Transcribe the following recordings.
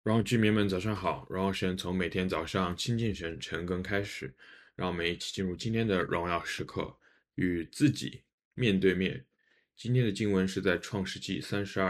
然后居民们早上好，然后神从每天早上亲近神、晨更开始，让我们一起进入今天的荣耀时刻，与自己面对面。今天的经文是在创世纪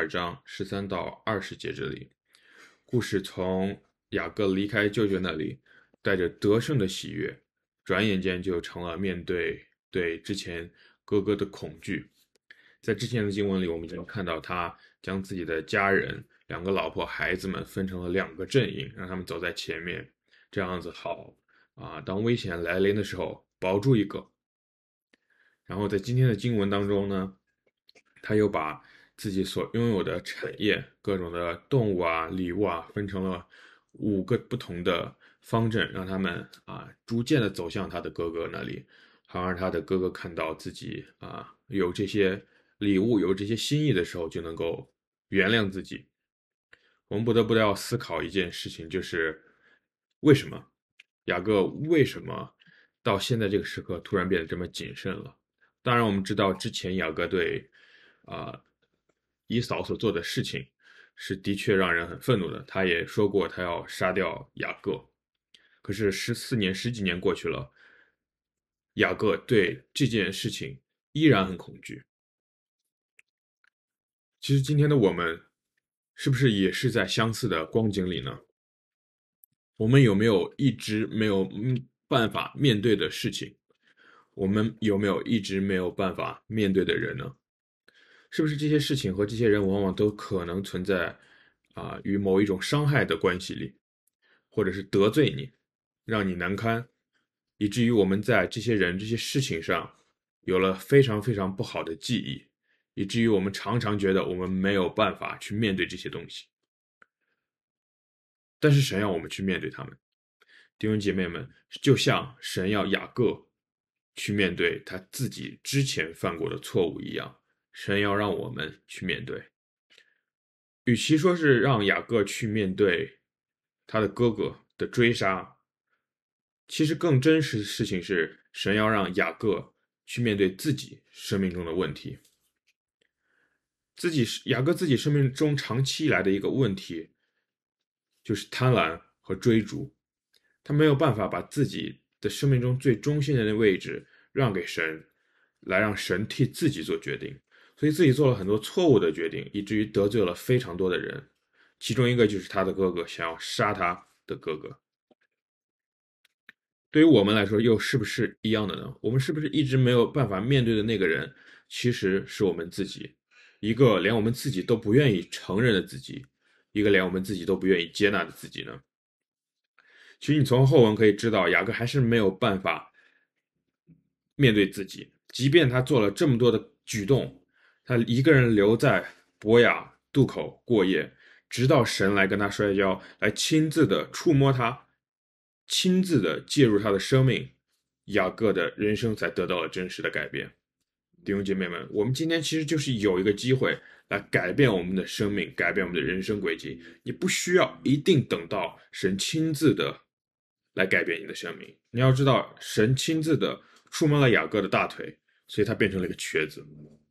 32章13到20节这里。故事从雅各离开舅舅那里，带着得胜的喜悦，转眼间就成了面对之前哥哥的恐惧。在之前的经文里，我们已经看到他将自己的家人、两个老婆、孩子们分成了两个阵营，让他们走在前面，这样子好当危险来临的时候保住一个。然后在今天的经文当中呢，他又把自己所拥有的产业、各种的动物啊、礼物啊，分成了5个不同的方阵，让他们逐渐的走向他的哥哥那里，好让他的哥哥看到自己有这些礼物、有这些心意的时候，就能够原谅自己。我们不得不要思考一件事情，就是为什么雅各为什么到现在这个时刻突然变得这么谨慎了？当然，我们知道之前雅各对以扫所做的事情是的确让人很愤怒的。他也说过他要杀掉雅各，可是14年十几年过去了，雅各对这件事情依然很恐惧。其实今天的我们是不是也是在相似的光景里呢？我们有没有一直没有办法面对的事情？我们有没有一直没有办法面对的人呢？是不是这些事情和这些人往往都可能存在与某一种伤害的关系里，或者是得罪你，让你难堪，以至于我们在这些人、这些事情上有了非常非常不好的记忆，以至于我们常常觉得我们没有办法去面对这些东西。但是神要我们去面对他们，弟兄姐妹们，就像神要雅各去面对他自己之前犯过的错误一样，神要让我们去面对。与其说是让雅各去面对他的哥哥的追杀，其实更真实的事情是，神要让雅各去面对自己生命中的问题。雅各自己生命中长期以来的一个问题，就是贪婪和追逐。他没有办法把自己的生命中最中心的那位置让给神，来让神替自己做决定，所以自己做了很多错误的决定，以至于得罪了非常多的人。其中一个就是他的哥哥想要杀他的哥哥。对于我们来说，又是不是一样的呢？我们是不是一直没有办法面对的那个人，其实是我们自己，一个连我们自己都不愿意承认的自己，一个连我们自己都不愿意接纳的自己呢？其实你从后文可以知道，雅各还是没有办法面对自己，即便他做了这么多的举动，他一个人留在伯雅渡口过夜，直到神来跟他摔跤，来亲自的触摸他，亲自的介入他的生命，雅各的人生才得到了真实的改变。弟兄姐妹们，我们今天其实就是有一个机会来改变我们的生命，改变我们的人生轨迹。你不需要一定等到神亲自的来改变你的生命。你要知道，神亲自的触摸了雅各的大腿，所以他变成了一个瘸子。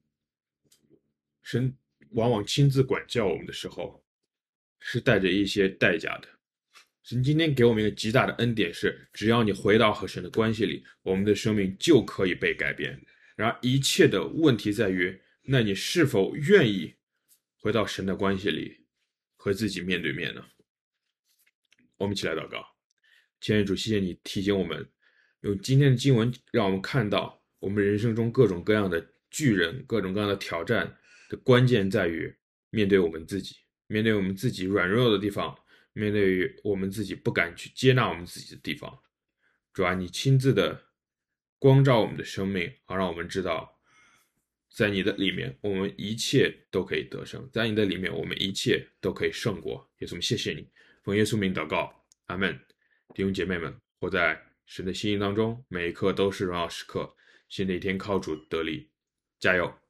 神往往亲自管教我们的时候，是带着一些代价的。神今天给我们一个极大的恩典是，只要你回到和神的关系里，我们的生命就可以被改变。然而一切的问题在于，那你是否愿意回到神的关系里，和自己面对面呢？我们一起来祷告。亲爱的主，谢谢你提醒我们，用今天的经文让我们看到，我们人生中各种各样的巨人、各种各样的挑战的关键在于面对我们自己，面对我们自己软弱的地方，面对于我们自己不敢去接纳我们自己的地方。主啊，你亲自的光照我们的生命，好让我们知道，在你的里面，我们一切都可以得胜；在你的里面，我们一切都可以胜过。耶稣，我们谢谢你，奉耶稣名祷告，阿门。弟兄姐妹们，活在神的心意当中，每一刻都是荣耀时刻。新的一天靠主得力，加油！